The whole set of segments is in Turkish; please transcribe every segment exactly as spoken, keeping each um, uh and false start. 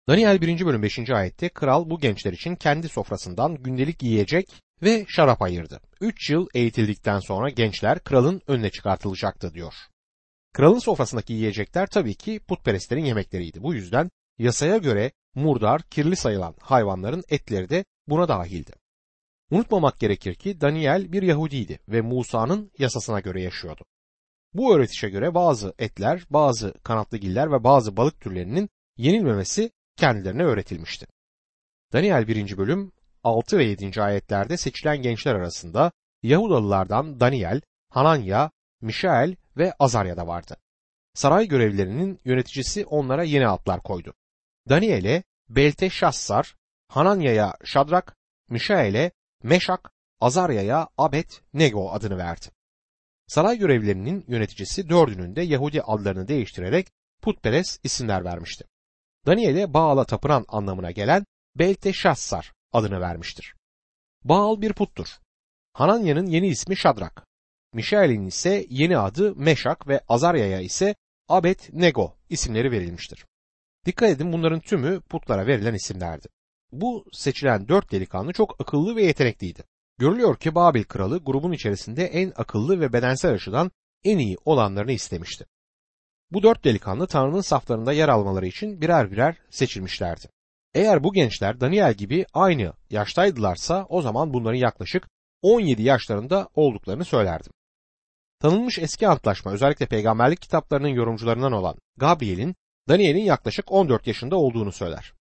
Daniel birinci bölüm beşinci ayette kral bu gençler için kendi sofrasından gündelik yiyecek ve şarap ayırdı. Üç yıl eğitildikten sonra gençler kralın önüne çıkartılacaktı diyor. Kralın sofrasındaki yiyecekler tabii ki putperestlerin yemekleriydi. Bu yüzden yasaya göre murdar, kirli sayılan hayvanların etleri de buna dahildi. Unutmamak gerekir ki Daniel bir Yahudiydi ve Musa'nın yasasına göre yaşıyordu. Bu öğretişe göre bazı etler, bazı kanatlıgiller ve bazı balık türlerinin yenilmemesi kendilerine öğretilmişti. Daniel birinci bölüm altı ve yedinci ayetlerde seçilen gençler arasında Yahudalılardan Daniel, Hananya, Mişael ve Azarya da vardı. Saray görevlilerinin yöneticisi onlara yeni adlar koydu. Daniel'e Belteşassar, Hananya'ya Şadrak, Mişael'e Meşak, Azarya'ya Abed-Nego adını verdi. Saray görevlilerinin yöneticisi dördünün de Yahudi adlarını değiştirerek putperest isimler vermişti. Daniel'e Baal'a tapınan anlamına gelen Belteşassar adını vermiştir. Baal bir puttur. Hananya'nın yeni ismi Şadrak, Mişael'in ise yeni adı Meşak ve Azarya'ya ise Abed-Nego isimleri verilmiştir. Dikkat edin, bunların tümü putlara verilen isimlerdi. Bu seçilen dört delikanlı çok akıllı ve yetenekliydi. Görülüyor ki Babil kralı grubun içerisinde en akıllı ve bedensel açıdan en iyi olanlarını istemişti. Bu dört delikanlı Tanrı'nın saflarında yer almaları için birer birer seçilmişlerdi. Eğer bu gençler Daniel gibi aynı yaştaydılarsa o zaman bunların yaklaşık on yedi yaşlarında olduklarını söylerdim. Tanınmış eski antlaşma, özellikle peygamberlik kitaplarının yorumcularından olan Gabriel'in Daniel'in yaklaşık on dört yaşında olduğunu söyler.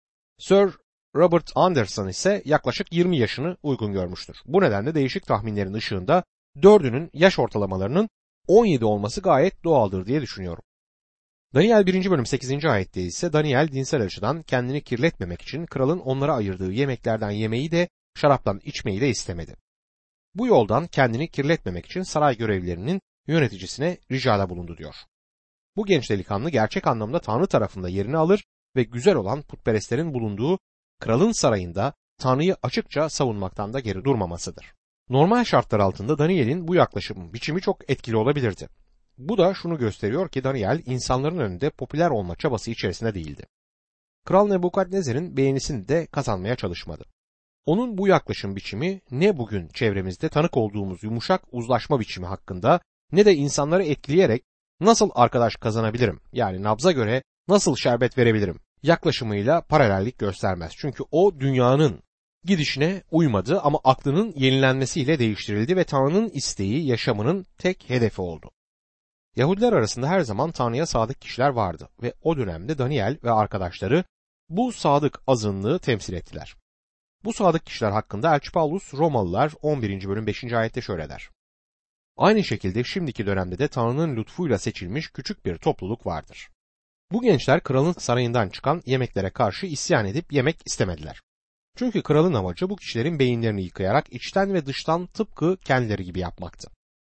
Sir Robert Anderson ise yaklaşık yirmi yaşını uygun görmüştür. Bu nedenle değişik tahminlerin ışığında dördünün yaş ortalamalarının on yedi olması gayet doğaldır diye düşünüyorum. Daniel birinci bölüm sekizinci ayette ise Daniel dinsel açıdan kendini kirletmemek için kralın onlara ayırdığı yemeklerden yemeyi de şaraptan içmeyi de istemedi. Bu yoldan kendini kirletmemek için saray görevlilerinin yöneticisine ricada bulundu diyor. Bu genç delikanlı gerçek anlamda Tanrı tarafında yerini alır ve güzel olan putperestlerin bulunduğu kralın sarayında Tanrı'yı açıkça savunmaktan da geri durmamasıdır. Normal şartlar altında Daniel'in bu yaklaşım biçimi çok etkili olabilirdi. Bu da şunu gösteriyor ki Daniel insanların önünde popüler olma çabası içerisinde değildi. Kral Nebukadnezar'ın beğenisini de kazanmaya çalışmadı. Onun bu yaklaşım biçimi ne bugün çevremizde tanık olduğumuz yumuşak uzlaşma biçimi hakkında ne de insanları etkileyerek nasıl arkadaş kazanabilirim, yani nabza göre nasıl şerbet verebilirim yaklaşımıyla paralellik göstermez. Çünkü o dünyanın gidişine uymadı ama aklının yenilenmesiyle değiştirildi ve Tanrı'nın isteği yaşamının tek hedefi oldu. Yahudiler arasında her zaman Tanrı'ya sadık kişiler vardı ve o dönemde Daniel ve arkadaşları bu sadık azınlığı temsil ettiler. Bu sadık kişiler hakkında Elçi Paulus Romalılar on birinci bölüm beşinci ayette şöyle der. Aynı şekilde şimdiki dönemde de Tanrı'nın lütfuyla seçilmiş küçük bir topluluk vardır. Bu gençler kralın sarayından çıkan yemeklere karşı isyan edip yemek istemediler. Çünkü kralın amacı bu kişilerin beyinlerini yıkayarak içten ve dıştan tıpkı kendileri gibi yapmaktı.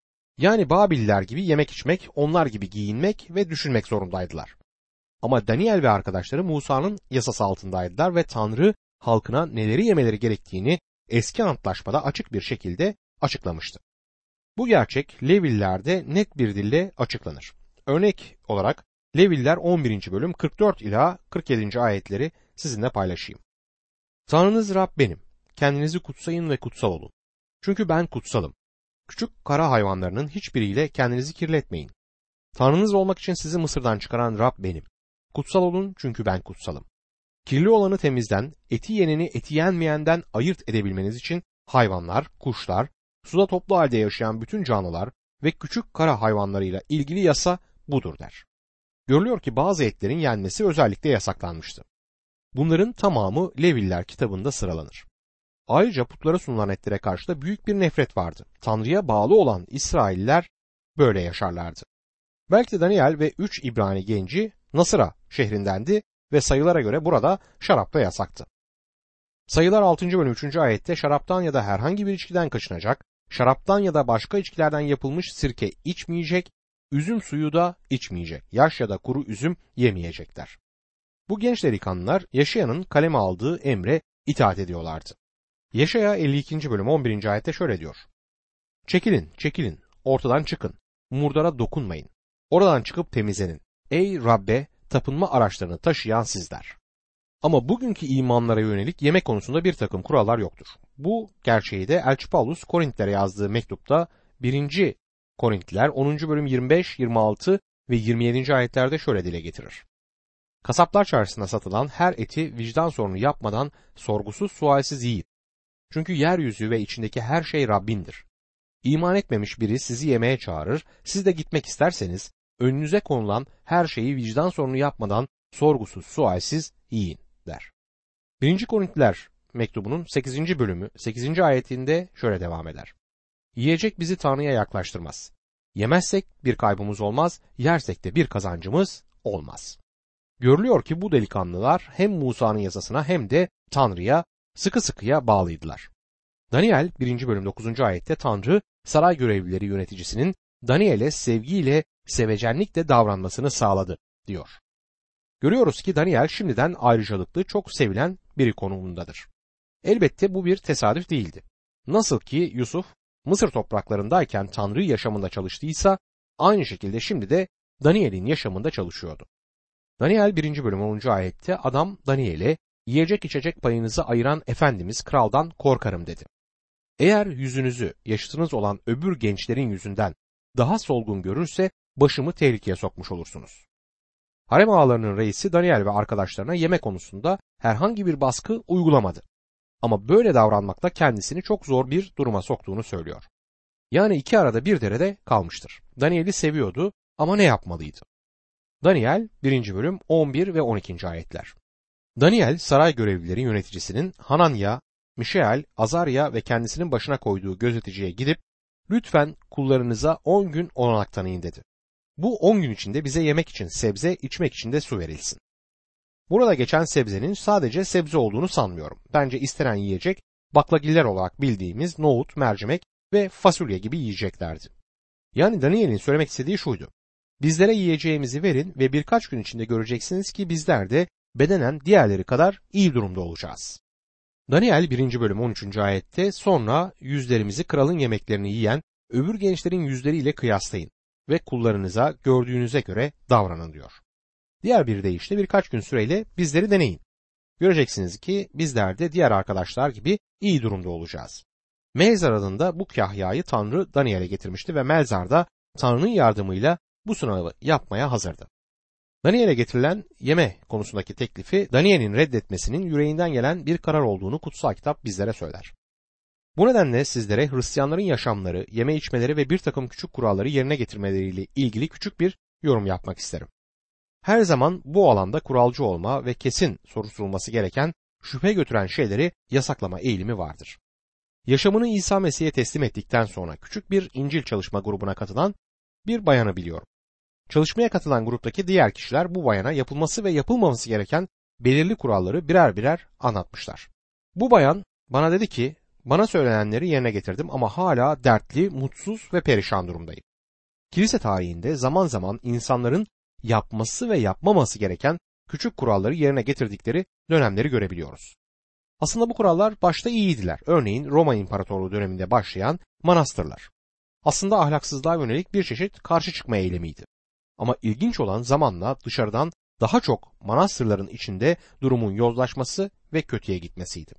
Yani Babiller gibi yemek içmek, onlar gibi giyinmek ve düşünmek zorundaydılar. Ama Daniel ve arkadaşları Musa'nın yasası altındaydılar ve Tanrı halkına neleri yemeleri gerektiğini eski antlaşmada açık bir şekilde açıklamıştı. Bu gerçek Levillerde net bir dille açıklanır. Örnek olarak Leviller on birinci bölüm kırk dört ila kırk yedinci ayetleri sizinle paylaşayım. Tanrınız Rab benim. Kendinizi kutsayın ve kutsal olun. Çünkü ben kutsalım. Küçük kara hayvanlarının hiçbiriyle kendinizi kirletmeyin. Tanrınız olmak için sizi Mısır'dan çıkaran Rab benim. Kutsal olun çünkü ben kutsalım. Kirli olanı temizden, eti yeneni eti yenmeyenden ayırt edebilmeniz için hayvanlar, kuşlar, suda toplu halde yaşayan bütün canlılar ve küçük kara hayvanlarıyla ilgili yasa budur der. Görülüyor ki bazı etlerin yenmesi özellikle yasaklanmıştı. Bunların tamamı Leviller kitabında sıralanır. Ayrıca putlara sunulan etlere karşı da büyük bir nefret vardı. Tanrı'ya bağlı olan İsrailler böyle yaşarlardı. Belki de Daniel ve üç İbrani genci Nasıra şehrindendi ve sayılara göre burada şarap da yasaktı. Sayılar altıncı bölüm üçüncü ayette şaraptan ya da herhangi bir içkiden kaçınacak, şaraptan ya da başka içkilerden yapılmış sirke içmeyecek, üzüm suyu da içmeyecek, yaş ya da kuru üzüm yemeyecekler. Bu genç delikanlılar Yaşayan'ın kaleme aldığı emre itaat ediyorlardı. Yaşaya elli ikinci bölüm on birinci ayette şöyle diyor. Çekilin, çekilin, ortadan çıkın, murdara dokunmayın, oradan çıkıp temizlenin. Ey Rabbe, tapınma araçlarını taşıyan sizler. Ama bugünkü imanlara yönelik yeme konusunda bir takım kurallar yoktur. Bu gerçeği de Elçi Paulus Korintlere yazdığı mektupta birinci Korintliler onuncu bölüm yirmi beş, yirmi altı ve yirmi yedinci ayetlerde şöyle dile getirir. Kasaplar çarşısında satılan her eti vicdan sorunu yapmadan sorgusuz sualsiz yiyin. Çünkü yeryüzü ve içindeki her şey Rabbindir. İman etmemiş biri sizi yemeğe çağırır, siz de gitmek isterseniz önünüze konulan her şeyi vicdan sorunu yapmadan sorgusuz sualsiz yiyin der. birinci Korintliler mektubunun sekizinci bölümü sekizinci ayetinde şöyle devam eder. Yiyecek bizi Tanrı'ya yaklaştırmaz. Yemezsek bir kaybımız olmaz, yersek de bir kazancımız olmaz. Görülüyor ki bu delikanlılar hem Musa'nın yasasına hem de Tanrı'ya sıkı sıkıya bağlıydılar. Daniel birinci bölüm dokuzuncu ayette Tanrı saray görevlileri yöneticisinin Daniel'e sevgiyle, sevecenlikle davranmasını sağladı diyor. Görüyoruz ki Daniel şimdiden ayrıcalıklı, çok sevilen biri konumundadır. Elbette bu bir tesadüf değildi. Nasıl ki Yusuf Mısır topraklarındayken Tanrı yaşamında çalıştıysa, aynı şekilde şimdi de Daniel'in yaşamında çalışıyordu. Daniel birinci bölüm onuncu ayette adam Daniel'e yiyecek içecek payınızı ayıran Efendimiz kraldan korkarım dedi. Eğer yüzünüzü yaşıtınız olan öbür gençlerin yüzünden daha solgun görürse başımı tehlikeye sokmuş olursunuz. Harem ağalarının reisi Daniel ve arkadaşlarına yeme konusunda herhangi bir baskı uygulamadı. Ama böyle davranmakla kendisini çok zor bir duruma soktuğunu söylüyor. Yani iki arada bir derede kalmıştır. Daniel'i seviyordu ama ne yapmalıydı? Daniel birinci bölüm on bir ve on ikinci ayetler. Daniel saray görevlileri yöneticisinin Hananya, Mişael, Azarya ve kendisinin başına koyduğu gözeticiye gidip lütfen kullarınıza on gün olanak tanıyın dedi. Bu on gün içinde bize yemek için sebze, içmek için de su verilsin. Burada geçen sebzenin sadece sebze olduğunu sanmıyorum. Bence istenen yiyecek baklagiller olarak bildiğimiz nohut, mercimek ve fasulye gibi yiyeceklerdi. Yani Daniel'in söylemek istediği şuydu. Bizlere yiyeceğimizi verin ve birkaç gün içinde göreceksiniz ki bizler de bedenen diğerleri kadar iyi durumda olacağız. Daniel birinci bölüm on üçüncü ayette sonra yüzlerimizi kralın yemeklerini yiyen öbür gençlerin yüzleriyle kıyaslayın ve kullarınıza gördüğünüze göre davranın diyor. Diğer bir deyişle birkaç gün süreyle bizleri deneyin. Göreceksiniz ki bizler de diğer arkadaşlar gibi iyi durumda olacağız. Melzar adında bu kahyayı Tanrı Daniel'e getirmişti ve Melzar da Tanrı'nın yardımıyla bu sınavı yapmaya hazırdı. Daniel'e getirilen yeme konusundaki teklifi Daniel'in reddetmesinin yüreğinden gelen bir karar olduğunu kutsal kitap bizlere söyler. Bu nedenle sizlere Hristiyanların yaşamları, yeme içmeleri ve bir takım küçük kuralları yerine getirmeleriyle ilgili küçük bir yorum yapmak isterim. Her zaman bu alanda kuralcı olma ve kesin soruşturulması gereken şüphe götüren şeyleri yasaklama eğilimi vardır. Yaşamını İsa Mesih'e teslim ettikten sonra küçük bir İncil çalışma grubuna katılan bir bayanı biliyorum. Çalışmaya katılan gruptaki diğer kişiler bu bayana yapılması ve yapılmaması gereken belirli kuralları birer birer anlatmışlar. Bu bayan bana dedi ki, bana söylenenleri yerine getirdim ama hala dertli, mutsuz ve perişan durumdayım. Kilise tarihinde zaman zaman insanların yapması ve yapmaması gereken küçük kuralları yerine getirdikleri dönemleri görebiliyoruz. Aslında bu kurallar başta iyiydiler. Örneğin Roma İmparatorluğu döneminde başlayan manastırlar. Aslında ahlaksızlığa yönelik bir çeşit karşı çıkma eylemiydi. Ama ilginç olan zamanla dışarıdan daha çok manastırların içinde durumun yozlaşması ve kötüye gitmesiydi.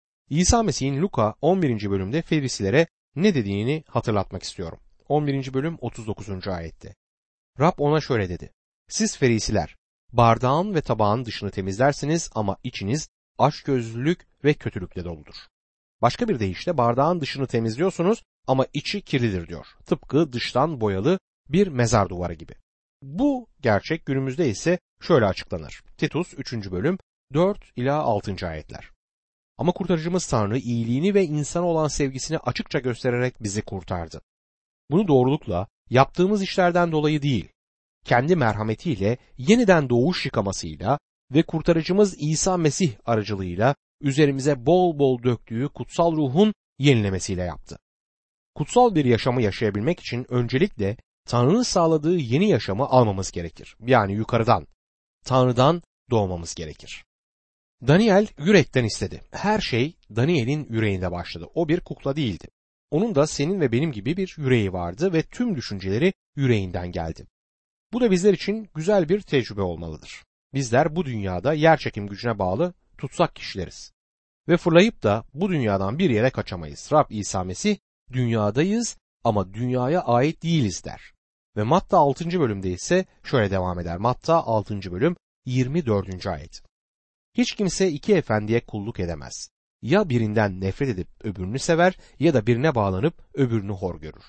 İsa Mesih'in Luka on birinci bölümde Ferisilere ne dediğini hatırlatmak istiyorum. on birinci bölüm otuz dokuzuncu ayette. Rab ona şöyle dedi. Siz Ferisiler, bardağın ve tabağın dışını temizlersiniz ama içiniz açgözlülük ve kötülükle doludur. Başka bir deyişle bardağın dışını temizliyorsunuz ama içi kirlidir diyor. Tıpkı dıştan boyalı bir mezar duvarı gibi. Bu gerçek günümüzde ise şöyle açıklanır. Titus üçüncü bölüm dört ila altıncı ayetler. Ama kurtarıcımız Tanrı iyiliğini ve insana olan sevgisini açıkça göstererek bizi kurtardı. Bunu doğrulukla yaptığımız işlerden dolayı değil, kendi merhametiyle yeniden doğuş yıkamasıyla ve kurtarıcımız İsa Mesih aracılığıyla üzerimize bol bol döktüğü kutsal ruhun yenilemesiyle yaptı. Kutsal bir yaşamı yaşayabilmek için öncelikle Tanrı'nın sağladığı yeni yaşamı almamız gerekir. Yani yukarıdan, Tanrı'dan doğmamız gerekir. Daniel yürekten istedi. Her şey Daniel'in yüreğinde başladı. O bir kukla değildi. Onun da senin ve benim gibi bir yüreği vardı ve tüm düşünceleri yüreğinden geldi. Bu da bizler için güzel bir tecrübe olmalıdır. bizler bu dünyada yerçekim gücüne bağlı tutsak kişileriz. Ve fırlayıp da bu dünyadan bir yere kaçamayız. Rab İsa Mesih dünyadayız ama dünyaya ait değiliz der. Ve Matta altıncı bölümde ise şöyle devam eder. Matta altıncı bölüm yirmi dördüncü ayet. Hiç kimse iki efendiye kulluk edemez. Ya birinden nefret edip öbürünü sever ya da birine bağlanıp öbürünü hor görür.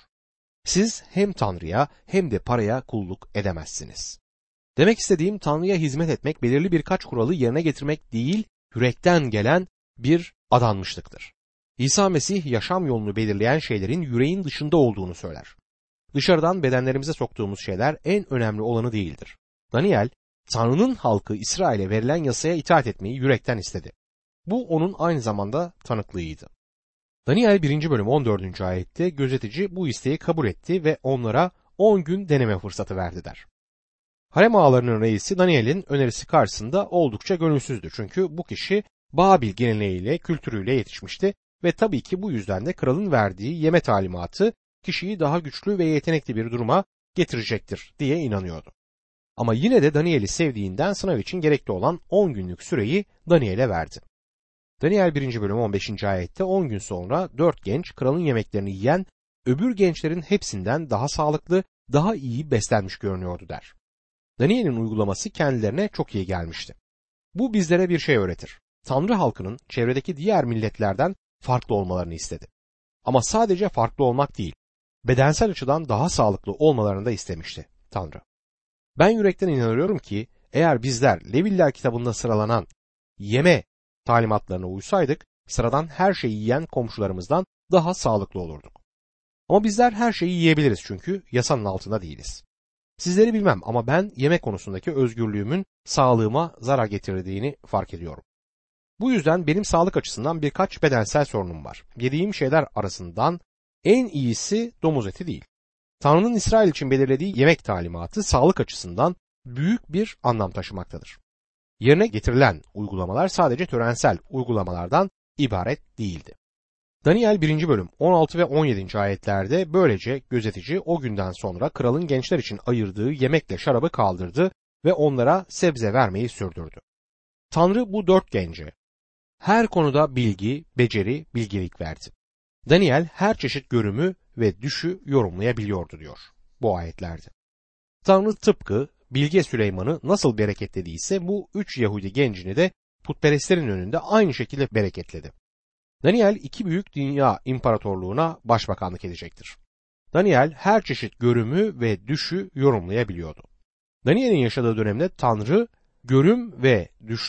Siz hem Tanrı'ya hem de paraya kulluk edemezsiniz. Demek istediğim Tanrı'ya hizmet etmek belirli birkaç kuralı yerine getirmek değil, yürekten gelen bir adanmışlıktır. İsa Mesih yaşam yolunu belirleyen şeylerin yüreğin dışında olduğunu söyler. Dışarıdan bedenlerimize soktuğumuz şeyler en önemli olanı değildir. Daniel, Tanrı'nın halkı İsrail'e verilen yasaya itaat etmeyi yürekten istedi. Bu onun aynı zamanda tanıklığıydı. Daniel birinci bölüm on dördüncü ayette gözetici bu isteği kabul etti ve onlara on gün deneme fırsatı verdi der. Harem ağalarının reisi Daniel'in önerisi karşısında oldukça gönülsüzdü. Çünkü bu kişi Babil geleneğiyle, kültürüyle yetişmişti ve tabii ki bu yüzden de kralın verdiği yeme talimatı kişiyi daha güçlü ve yetenekli bir duruma getirecektir diye inanıyordu. Ama yine de Daniel'i sevdiğinden sınav için gerekli olan on günlük süreyi Daniel'e verdi. Daniel birinci bölüm on beşinci ayette on gün sonra dört genç kralın yemeklerini yiyen öbür gençlerin hepsinden daha sağlıklı, daha iyi beslenmiş görünüyordu der. Daniel'in uygulaması kendilerine çok iyi gelmişti. Bu bizlere bir şey öğretir. Tanrı halkının çevredeki diğer milletlerden farklı olmalarını istedi. Ama sadece farklı olmak değil, bedensel açıdan daha sağlıklı olmalarını da istemişti Tanrı. Ben yürekten inanıyorum ki eğer bizler Leviller kitabında sıralanan yeme talimatlarına uysaydık, sıradan her şeyi yiyen komşularımızdan daha sağlıklı olurduk. Ama bizler her şeyi yiyebiliriz çünkü yasanın altında değiliz. Sizleri bilmem ama ben yeme konusundaki özgürlüğümün sağlığıma zarar getirdiğini fark ediyorum. Bu yüzden benim sağlık açısından birkaç bedensel sorunum var. Yediğim şeyler arasından en iyisi domuz eti değil. Tanrı'nın İsrail için belirlediği yemek talimatı sağlık açısından büyük bir anlam taşımaktadır. Yerine getirilen uygulamalar sadece törensel uygulamalardan ibaret değildi. Daniel birinci bölüm on altı ve on yedinci ayetlerde böylece gözetici o günden sonra kralın gençler için ayırdığı yemekle şarabı kaldırdı ve onlara sebze vermeyi sürdürdü. Tanrı bu dört gence her konuda bilgi, beceri, bilgelik verdi. Daniel her çeşit görümü ve düşü yorumlayabiliyordu diyor bu ayetlerde. Tanrı tıpkı Bilge Süleyman'ı nasıl bereketlediyse bu üç Yahudi gencini de putperestlerin önünde aynı şekilde bereketledi. Daniel iki büyük dünya imparatorluğuna başbakanlık edecektir. Daniel her çeşit görümü ve düşü yorumlayabiliyordu. Daniel'in yaşadığı dönemde Tanrı görüm ve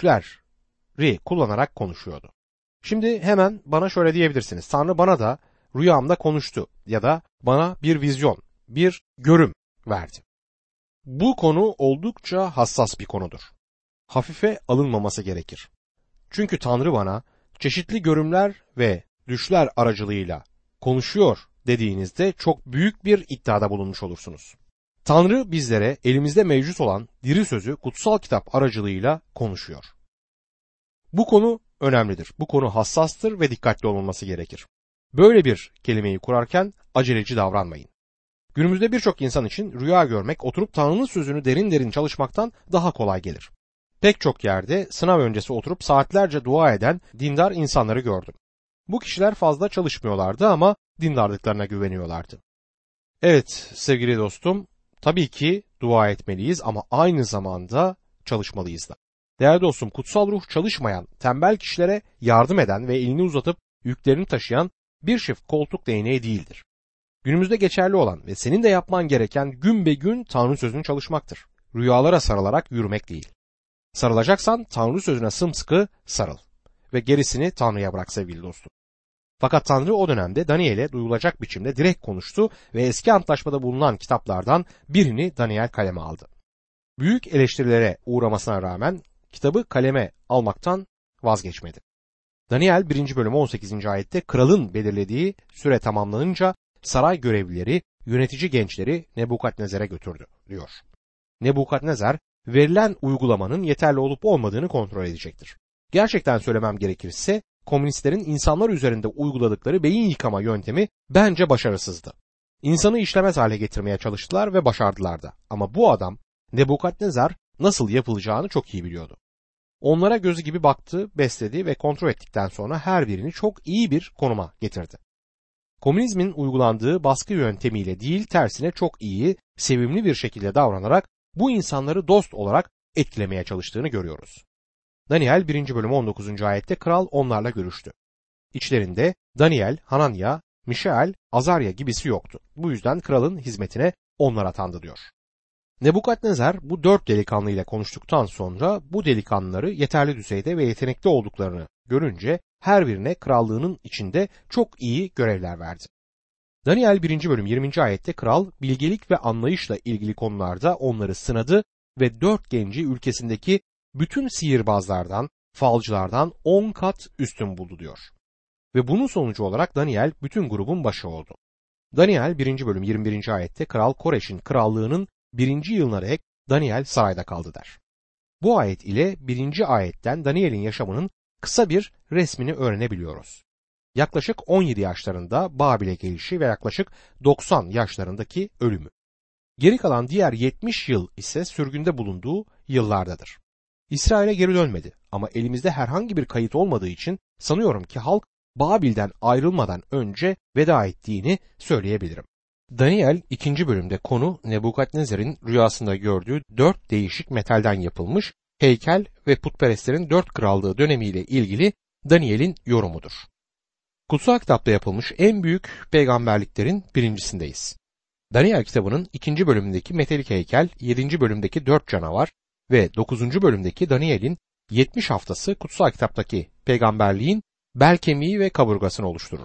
düşleri kullanarak konuşuyordu. Şimdi hemen bana şöyle diyebilirsiniz. Tanrı bana da rüyamda konuştu ya da bana bir vizyon, bir görüm verdi. Bu konu oldukça hassas bir konudur. Hafife alınmaması gerekir. Çünkü Tanrı bana çeşitli görümler ve düşler aracılığıyla konuşuyor dediğinizde çok büyük bir iddiada bulunmuş olursunuz. Tanrı bizlere elimizde mevcut olan diri sözü kutsal kitap aracılığıyla konuşuyor. Bu konu önemlidir. Bu konu hassastır ve dikkatli olunması gerekir. Böyle bir kelimeyi kurarken aceleci davranmayın. Günümüzde birçok insan için rüya görmek oturup Tanrı'nın sözünü derin derin çalışmaktan daha kolay gelir. Pek çok yerde sınav öncesi oturup saatlerce dua eden dindar insanları gördüm. Bu kişiler fazla çalışmıyorlardı ama dindarlıklarına güveniyorlardı. Evet sevgili dostum, tabii ki dua etmeliyiz ama aynı zamanda çalışmalıyız da. Değerli dostum, kutsal ruh çalışmayan, tembel kişilere yardım eden ve elini uzatıp yüklerini taşıyan bir çift koltuk değneği değildir. Günümüzde geçerli olan ve senin de yapman gereken gün be gün Tanrı sözünü çalışmaktır. Rüyalara sarılarak yürümek değil. Sarılacaksan Tanrı sözüne sımsıkı sarıl ve gerisini Tanrı'ya bırak sevgili dostum. Fakat Tanrı o dönemde Daniel'e duyulacak biçimde direkt konuştu ve eski antlaşmada bulunan kitaplardan birini Daniel kaleme aldı. Büyük eleştirilere uğramasına rağmen kitabı kaleme almaktan vazgeçmedi. Daniel birinci bölüm on sekizinci ayette kralın belirlediği süre tamamlanınca saray görevlileri yönetici gençleri Nebukadnezar'a götürdü diyor. Nebukadnezar verilen uygulamanın yeterli olup olmadığını kontrol edecektir. Gerçekten söylemem gerekirse komünistlerin insanlar üzerinde uyguladıkları beyin yıkama yöntemi bence başarısızdı. İnsanı işlemez hale getirmeye çalıştılar ve başardılar da. Ama bu adam Nebukadnezar nasıl yapılacağını çok iyi biliyordu. Onlara gözü gibi baktı, besledi ve kontrol ettikten sonra her birini çok iyi bir konuma getirdi. Komünizmin uygulandığı baskı yöntemiyle değil, tersine çok iyi, sevimli bir şekilde davranarak bu insanları dost olarak etkilemeye çalıştığını görüyoruz. Daniel birinci bölüm on dokuzuncu ayette kral onlarla görüştü. İçlerinde Daniel, Hananya, Mişael, Azarya gibisi yoktu. Bu yüzden kralın hizmetine onlar atandı diyor. Nebukadnezar bu dört delikanlı ile konuştuktan sonra bu delikanlıları yeterli düzeyde ve yetenekli olduklarını görünce her birine krallığının içinde çok iyi görevler verdi. Daniel birinci bölüm yirminci ayette kral bilgelik ve anlayışla ilgili konularda onları sınadı ve dört genci ülkesindeki bütün sihirbazlardan, falcılardan on kat üstün buldu diyor. Ve bunun sonucu olarak Daniel bütün grubun başı oldu. Daniel birinci bölüm yirmi birinci ayette Kral Koreş'in krallığının birinci yılına dek Daniel sarayda kaldı der. Bu ayet ile birinci ayetten Daniel'in yaşamının kısa bir resmini öğrenebiliyoruz. Yaklaşık on yedi yaşlarında Babil'e gelişi ve yaklaşık doksan yaşlarındaki ölümü. Geri kalan diğer yetmiş yıl ise sürgünde bulunduğu yıllardadır. İsrail'e geri dönmedi ama elimizde herhangi bir kayıt olmadığı için sanıyorum ki halk Babil'den ayrılmadan önce veda ettiğini söyleyebilirim. Daniel ikinci bölümde konu Nebukadnezar'ın rüyasında gördüğü dört değişik metalden yapılmış heykel ve putperestlerin dört krallığı dönemiyle ilgili Daniel'in yorumudur. Kutsal kitapta yapılmış en büyük peygamberliklerin birincisindeyiz. Daniel kitabının ikinci bölümündeki metalik heykel, yedinci bölümdeki dört canavar ve dokuzuncu bölümdeki Daniel'in yetmiş haftası kutsal kitaptaki peygamberliğin bel kemiği ve kaburgasını oluşturur.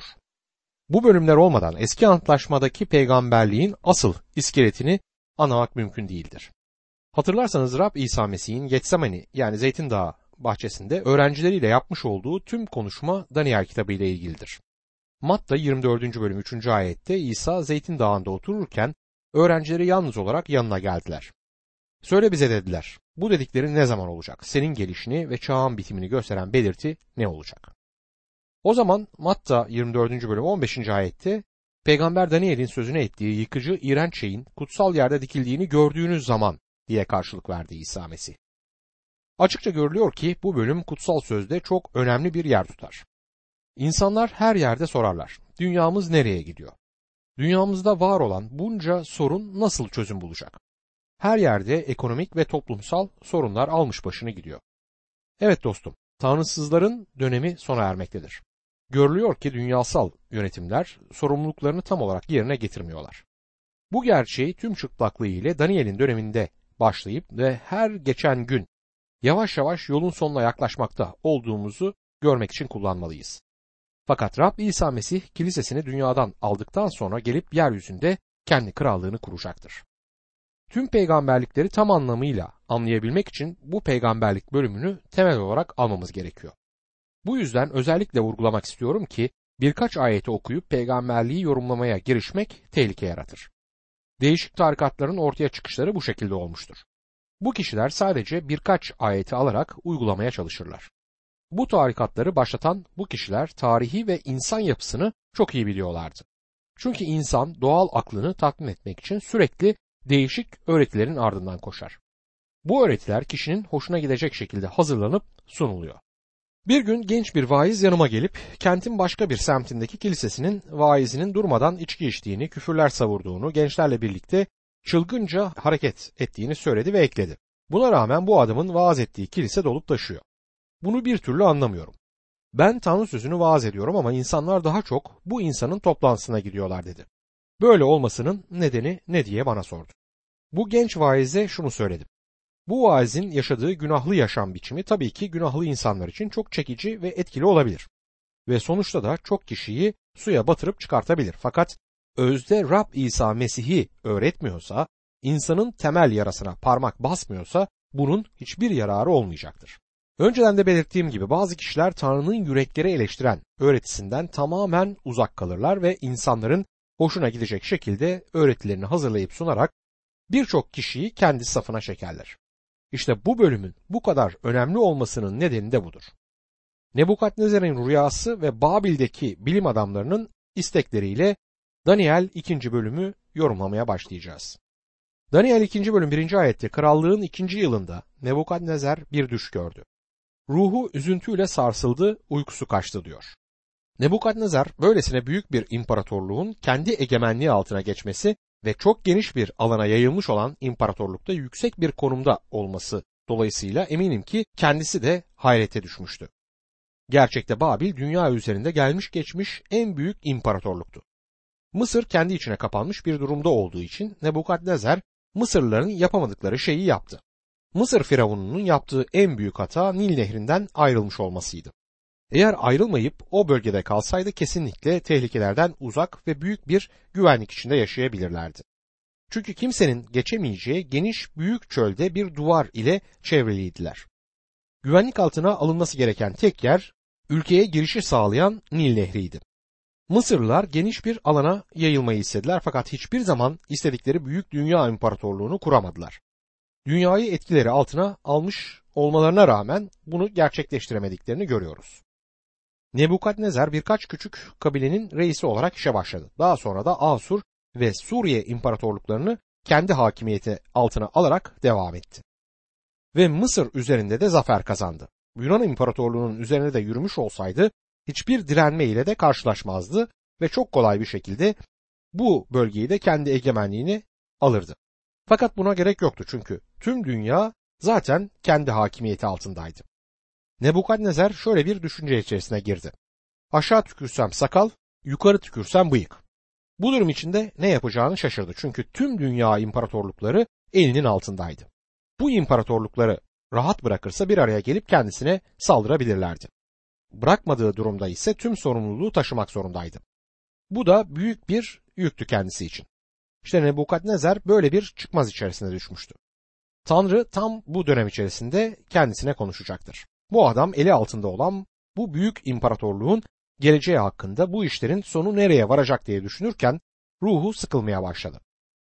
Bu bölümler olmadan eski antlaşmadaki peygamberliğin asıl iskeletini anlamak mümkün değildir. Hatırlarsanız Rab İsa Mesih'in Getsemani yani Zeytin Dağı bahçesinde öğrencileriyle yapmış olduğu tüm konuşma Daniel kitabı ile ilgilidir. Matta yirmi dördüncü bölüm üçüncü ayette İsa Zeytin Dağı'nda otururken öğrencileri yalnız olarak yanına geldiler. Söyle bize dediler, bu dedikleri ne zaman olacak? Senin gelişini ve çağın bitimini gösteren belirti ne olacak? O zaman Matta yirmi dördüncü bölüm on beşinci ayette Peygamber Daniel'in sözüne ettiği yıkıcı iğrenç şeyin kutsal yerde dikildiğini gördüğünüz zaman diye karşılık verdi İsa Mesih. Açıkça görülüyor ki bu bölüm kutsal sözde çok önemli bir yer tutar. İnsanlar her yerde sorarlar. Dünyamız nereye gidiyor? Dünyamızda var olan bunca sorun nasıl çözüm bulacak? Her yerde ekonomik ve toplumsal sorunlar almış başını gidiyor. Evet dostum, tanrısızların dönemi sona ermektedir. Görülüyor ki dünyasal yönetimler sorumluluklarını tam olarak yerine getirmiyorlar. Bu gerçeği tüm çıplaklığı ile Daniel'in döneminde başlayıp ve her geçen gün yavaş yavaş yolun sonuna yaklaşmakta olduğumuzu görmek için kullanmalıyız. Fakat Rab İsa Mesih kilisesini dünyadan aldıktan sonra gelip yeryüzünde kendi krallığını kuracaktır. Tüm peygamberlikleri tam anlamıyla anlayabilmek için bu peygamberlik bölümünü temel olarak almamız gerekiyor. Bu yüzden özellikle vurgulamak istiyorum ki birkaç ayeti okuyup peygamberliği yorumlamaya girişmek tehlike yaratır. Değişik tarikatların ortaya çıkışları bu şekilde olmuştur. Bu kişiler sadece birkaç ayeti alarak uygulamaya çalışırlar. Bu tarikatları başlatan bu kişiler tarihi ve insan yapısını çok iyi biliyorlardı. Çünkü insan doğal aklını tatmin etmek için sürekli değişik öğretilerin ardından koşar. Bu öğretiler kişinin hoşuna gidecek şekilde hazırlanıp sunuluyor. Bir gün genç bir vaiz yanıma gelip kentin başka bir semtindeki kilisesinin vaizinin durmadan içki içtiğini, küfürler savurduğunu, gençlerle birlikte çılgınca hareket ettiğini söyledi ve ekledi. Buna rağmen bu adamın vaaz ettiği kilise dolup taşıyor. Bunu bir türlü anlamıyorum. Ben Tanrı sözünü vaaz ediyorum ama insanlar daha çok bu insanın toplantısına gidiyorlar dedi. Böyle olmasının nedeni ne diye bana sordu. Bu genç vaize şunu söyledim. Bu vaizin yaşadığı günahlı yaşam biçimi tabii ki günahlı insanlar için çok çekici ve etkili olabilir. Ve sonuçta da çok kişiyi suya batırıp çıkartabilir. Fakat özde Rab İsa Mesih'i öğretmiyorsa, insanın temel yarasına parmak basmıyorsa bunun hiçbir yararı olmayacaktır. Önceden de belirttiğim gibi bazı kişiler Tanrı'nın yürekleri eleştiren öğretisinden tamamen uzak kalırlar ve insanların hoşuna gidecek şekilde öğretilerini hazırlayıp sunarak birçok kişiyi kendi safına çekerler. İşte bu bölümün bu kadar önemli olmasının nedeni de budur. Nebukadnezar'ın rüyası ve Babil'deki bilim adamlarının istekleriyle Daniel ikinci bölümü yorumlamaya başlayacağız. Daniel ikinci bölüm birinci ayette krallığın ikinci yılında Nebukadnezar bir düş gördü. Ruhu üzüntüyle sarsıldı, uykusu kaçtı diyor. Nebukadnezar böylesine büyük bir imparatorluğun kendi egemenliği altına geçmesi ve çok geniş bir alana yayılmış olan imparatorlukta yüksek bir konumda olması dolayısıyla eminim ki kendisi de hayrete düşmüştü. Gerçekte Babil dünya üzerinde gelmiş geçmiş en büyük imparatorluktu. Mısır kendi içine kapanmış bir durumda olduğu için Nebukadnezar Mısırlıların yapamadıkları şeyi yaptı. Mısır firavununun yaptığı en büyük hata Nil Nehri'nden ayrılmış olmasıydı. Eğer ayrılmayıp o bölgede kalsaydı kesinlikle tehlikelerden uzak ve büyük bir güvenlik içinde yaşayabilirlerdi. Çünkü kimsenin geçemeyeceği geniş büyük çölde bir duvar ile çevriliydiler. Güvenlik altına alınması gereken tek yer ülkeye girişi sağlayan Nil Nehri'ydi. Mısırlılar geniş bir alana yayılmayı istediler fakat hiçbir zaman istedikleri büyük dünya imparatorluğunu kuramadılar. Dünyayı etkileri altına almış olmalarına rağmen bunu gerçekleştiremediklerini görüyoruz. Nebukadnezar birkaç küçük kabilenin reisi olarak işe başladı. Daha sonra da Asur ve Suriye imparatorluklarını kendi hakimiyeti altına alarak devam etti. Ve Mısır üzerinde de zafer kazandı. Yunan İmparatorluğu'nun üzerine de yürümüş olsaydı hiçbir direnme ile de karşılaşmazdı ve çok kolay bir şekilde bu bölgeyi de kendi egemenliğini alırdı. Fakat buna gerek yoktu çünkü tüm dünya zaten kendi hakimiyeti altındaydı. Nebukadnezar şöyle bir düşünce içerisine girdi. Aşağı tükürsem sakal, yukarı tükürsem bıyık. Bu durum içinde ne yapacağını şaşırdı çünkü tüm dünya imparatorlukları elinin altındaydı. Bu imparatorlukları rahat bırakırsa bir araya gelip kendisine saldırabilirlerdi. Bırakmadığı durumda ise tüm sorumluluğu taşımak zorundaydı. Bu da büyük bir yüktü kendisi için. İşte Nebukadnezar böyle bir çıkmaz içerisine düşmüştü. Tanrı tam bu dönem içerisinde kendisine konuşacaktır. Bu adam eli altında olan bu büyük imparatorluğun geleceği hakkında bu işlerin sonu nereye varacak diye düşünürken ruhu sıkılmaya başladı.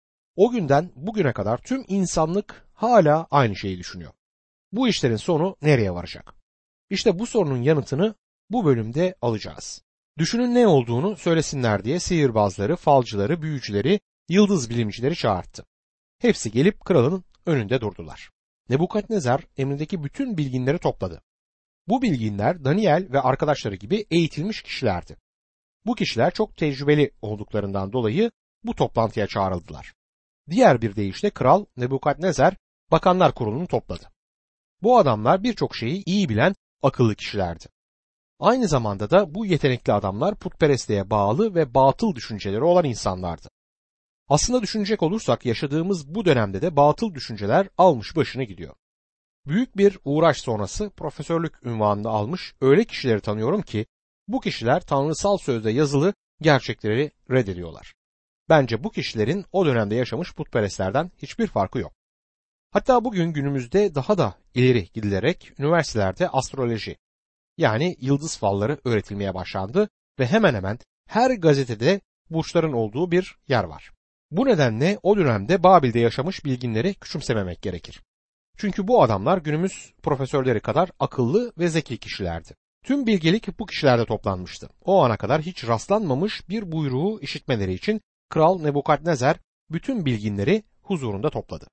O günden bugüne kadar tüm insanlık hala aynı şeyi düşünüyor. Bu işlerin sonu nereye varacak? İşte bu sorunun yanıtını bu bölümde alacağız. Düşünün ne olduğunu söylesinler diye sihirbazları, falcıları, büyücüleri, yıldız bilimcileri çağırttı. Hepsi gelip kralın önünde durdular. Nebukadnezar emrindeki bütün bilginleri topladı. Bu bilginler Daniel ve arkadaşları gibi eğitilmiş kişilerdi. Bu kişiler çok tecrübeli olduklarından dolayı bu toplantıya çağrıldılar. Diğer bir deyişle kral Nebukadnezar bakanlar kurulunu topladı. Bu adamlar birçok şeyi iyi bilen akıllı kişilerdi. Aynı zamanda da bu yetenekli adamlar putperestliğe bağlı ve batıl düşünceleri olan insanlardı. Aslında düşünecek olursak yaşadığımız bu dönemde de batıl düşünceler almış başını gidiyor. Büyük bir uğraş sonrası profesörlük unvanını almış öyle kişileri tanıyorum ki bu kişiler tanrısal sözde yazılı gerçekleri reddediyorlar. Bence bu kişilerin o dönemde yaşamış putperestlerden hiçbir farkı yok. Hatta bugün günümüzde daha da ileri gidilerek üniversitelerde astroloji yani yıldız falları öğretilmeye başlandı ve hemen hemen her gazetede burçların olduğu bir yer var. Bu nedenle o dönemde Babil'de yaşamış bilginleri küçümsememek gerekir. Çünkü bu adamlar günümüz profesörleri kadar akıllı ve zeki kişilerdi. Tüm bilgelik bu kişilerde toplanmıştı. O ana kadar hiç rastlanmamış bir buyruğu işitmeleri için Kral Nebukadnezar bütün bilginleri huzurunda topladı.